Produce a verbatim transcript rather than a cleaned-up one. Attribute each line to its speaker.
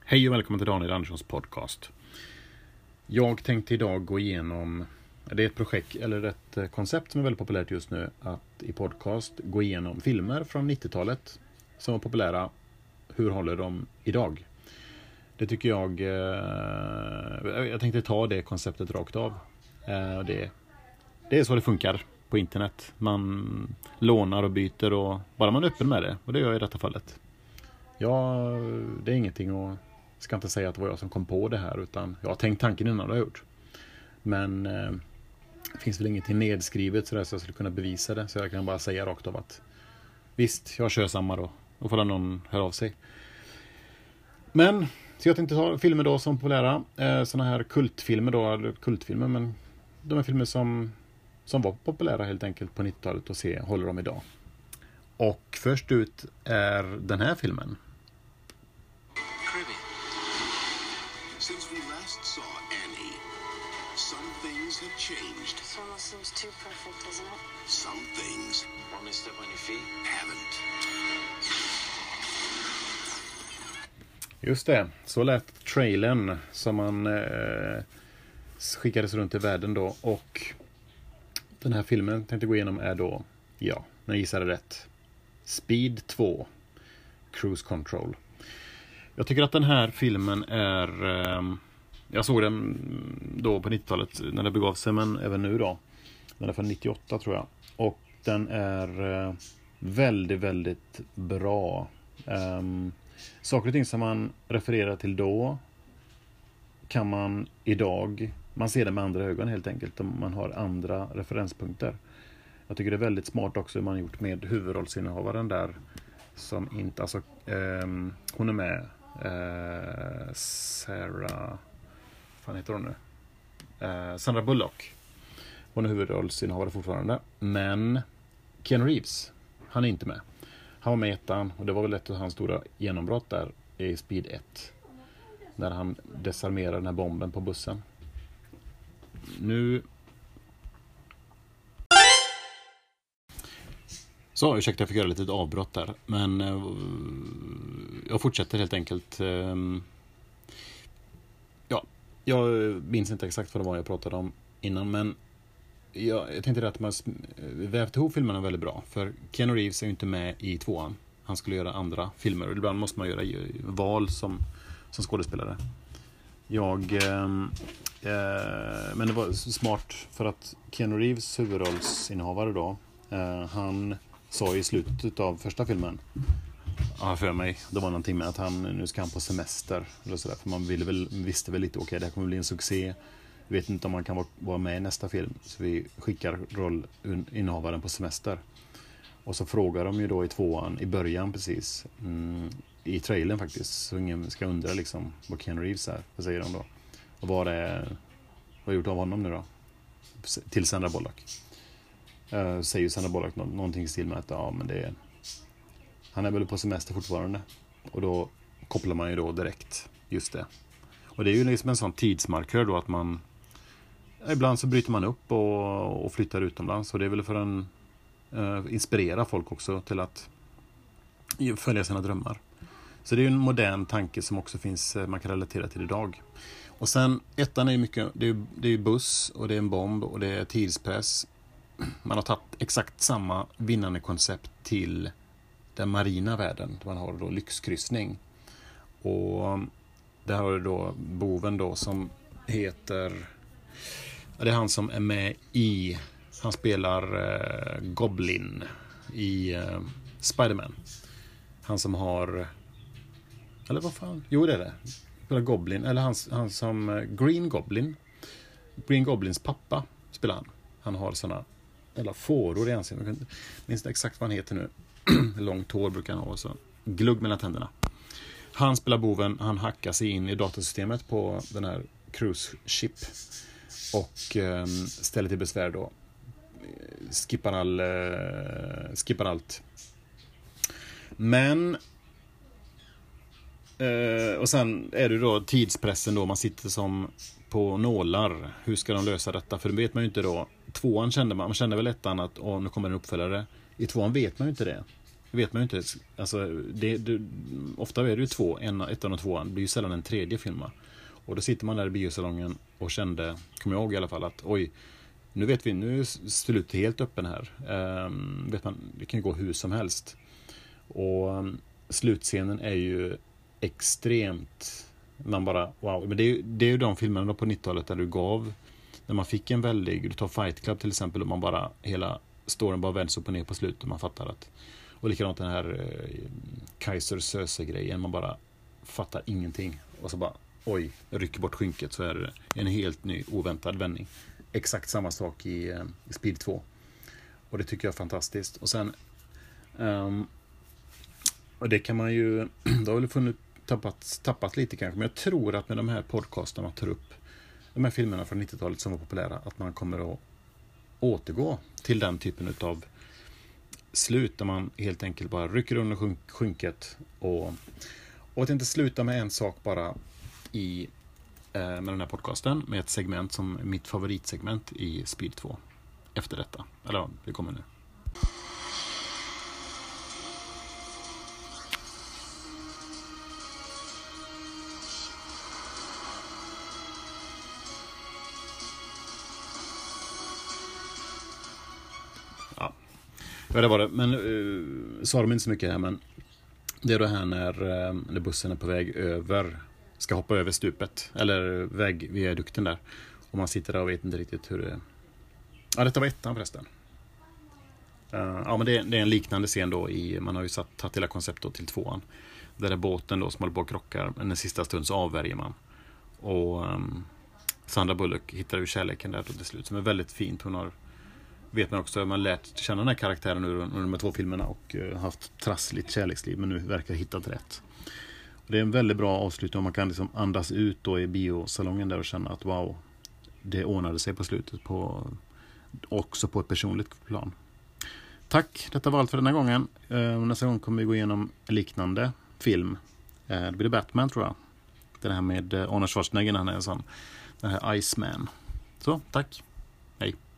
Speaker 1: Hej och välkommen till Daniel Anderssons podcast. Jag tänkte idag gå igenom, det är ett projekt eller ett koncept som är väldigt populärt just nu, att i podcast gå igenom filmer från nittiotalet som var populära. Hur håller de idag? Det tycker jag, jag tänkte ta det konceptet rakt av. Det, det är så det funkar på internet. Man lånar och byter och bara man är öppen med det, och det gör jag i detta fallet. Ja, det är ingenting att, ska inte säga att det var jag som kom på det här, utan jag har tänkt tanken innan det har gjort. Men eh, det finns väl ingenting nedskrivet så, där så jag skulle kunna bevisa det, så jag kan bara säga rakt av att visst, jag kör samma då, och får någon hör av sig. Men, så jag tänkte ta filmer då som populära, eh, såna här kultfilmer då, eller kultfilmer, men de är filmer som, som var populära helt enkelt på nittiotalet och se, håller de idag. Och först ut är den här filmen.
Speaker 2: Since we last saw Annie, some things have changed.
Speaker 3: This almost seems too perfect, doesn't it?
Speaker 2: Some things
Speaker 4: Want me to step on your feet?
Speaker 2: haven't.
Speaker 1: Just det, så lät trailern som man eh, skickades runt i världen då. Och den här filmen tänkte gå igenom är då, ja, när jag gissade rätt, Speed två, Cruise Control. Jag tycker att den här filmen är, eh, jag såg den då på nittiotalet när det begav sig, men även nu då. Den är från nittioåtta tror jag. Och den är eh, väldigt, väldigt bra. Um, saker och ting som man refererar till då kan man idag, man ser det med andra ögon helt enkelt, om man har andra referenspunkter. Jag tycker det är väldigt smart också hur man gjort med huvudrollsinnehavaren där, som inte, alltså um, hon är med uh, Sarah, vad heter hon nu? Uh, Sandra Bullock. Hon är huvudrollsinnehavare fortfarande, men Keanu Reeves, han är inte med. Han var med i ettan, och det var väl ett av hans stora genombrott där i Speed ett. När han desarmerar den här bomben på bussen. Nu... Så, ursäkta, jag fick göra lite avbrott där. Men uh, jag fortsätter helt enkelt. Uh, ja, jag minns inte exakt vad det var jag pratade om innan, men jag, jag tänkte att man vävde ihop filmerna väldigt bra. För Keanu Reeves är ju inte med i tvåan. Han skulle göra andra filmer, och ibland måste man göra val som, som skådespelare. Jag eh, eh, men det var smart, för att Keanu Reeves huvudrollsinnehavare då, eh, han sa i slutet av första filmen, ja, för mig, det var någonting med att han nu ska han på semester eller så där, för man ville väl, visste väl lite, okej, okay, det här kommer bli en succé. Vi vet inte om man kan vara med i nästa film, så vi skickar rollinnehavaren på semester. Och så frågar de ju då i tvåan, i början precis, mm, i trailern faktiskt, så ingen ska undra liksom vad Keanu Reeves är. Vad säger de då? Och vad är vad är gjort av honom nu då? Till Sandra Bullock. Uh, säger Sandra Bullock nå- någonting i stil med att ja, men det är, han är väl på semester fortfarande. Och då kopplar man ju då direkt just det. Och det är ju liksom en sån tidsmarkör då, att man ibland så bryter man upp och, och flyttar utomlands. Och det är väl för att uh, inspirera folk också till att följa sina drömmar. Så det är ju en modern tanke som också finns, man kan relatera till idag. Och sen, ettan är ju mycket, det är ju det är buss, och det är en bomb, och det är tidspress. Man har tagit exakt samma vinnande koncept till den marina världen, där man har då lyxkryssning. Och där har du då boven då som heter, det är han som är med i, han spelar eh, Goblin i eh, Spider-Man. Han som har, eller vad fan, jo det är det, spelar Goblin, eller han, han som eh, Green Goblin, Green Goblins pappa spelar han. Han har såna eller fåror i ansiktet, jag minns inte exakt vad han heter nu. Långt hår brukar han ha, så glugg mellan tänderna. Han spelar boven, han hackar sig in i datasystemet på den här cruise ship och eh, ställer till besvär då. Skippar, all, eh, skippar allt. Men eh, och sen är det då tidspressen då, man sitter som på nålar. Hur ska de lösa detta? För det vet man ju inte då. Tvåan kände man, man kände väl ettan att åh, nu kommer en uppföljare. I tvåan vet man ju inte det. vet man ju inte. Alltså, det, det, ofta är det ju två, en, ettan och tvåan. Det blir ju sällan en tredje film. Och då sitter man där i biosalongen och kände, kommer jag ihåg i alla fall, att oj, nu vet vi, nu är slutet helt öppen här. Um, vet man, det kan ju gå hur som helst. Och um, slutscenen är ju extremt, man bara, wow. Men det är ju, det är ju de filmerna då på nittiotalet där du gav, när man fick en väldig, du tar Fight Club till exempel, och man bara, hela storyn bara vänds upp och ner på slutet och man fattar att, och likadant den här eh, Kaiser Söze-grejen, man bara fattar ingenting. Och så bara, oj, rycker bort skynket, så är det en helt ny, oväntad vändning. Exakt samma sak i, eh, i Speed två. Och det tycker jag är fantastiskt. Och sen, um, och det kan man ju, då har väl funnit, tappat, tappat lite kanske, men jag tror att med de här podcasterna man tar upp, de här filmerna från nittiotalet som var populära, att man kommer att återgå till den typen av slut där man helt enkelt bara rycker under skyn- skynket och, och att inte sluta med en sak bara i eh, med den här podcasten, med ett segment som mitt favoritsegment i Speed två efter detta. Eller ja, det kommer nu. Ja, det var det. Men uh, sa de inte så mycket här, men det är då här när, uh, när bussen är på väg över, ska hoppa över stupet, eller vägviadukten där. Och man sitter där och vet inte riktigt hur det... Ja, detta var ettan förresten. Uh, ja, men det, det är en liknande scen då i, man har ju satt, tagit hela konceptet till tvåan. Där är båten då som håller på och krockar, men den sista stund så avvärjer man. Och um, Sandra Bullock hittar ju kärleken där då till slut, som är väldigt fint. Hon har, vet man också, man har lärt känna den här karaktären under de här två filmerna och uh, haft trassligt kärleksliv, men nu verkar ha hittat rätt. Och det är en väldigt bra avslutning om man kan liksom andas ut då i biosalongen där och känna att wow, det ordnade sig på slutet, på, också på ett personligt plan. Tack, detta var allt för den här gången. Uh, nästa gång kommer vi gå igenom en liknande film. Uh, det blir Batman, tror jag. Det här med uh, Arnold Schwarzenegger, han är en sån, den här Iceman. Så, tack. Hej.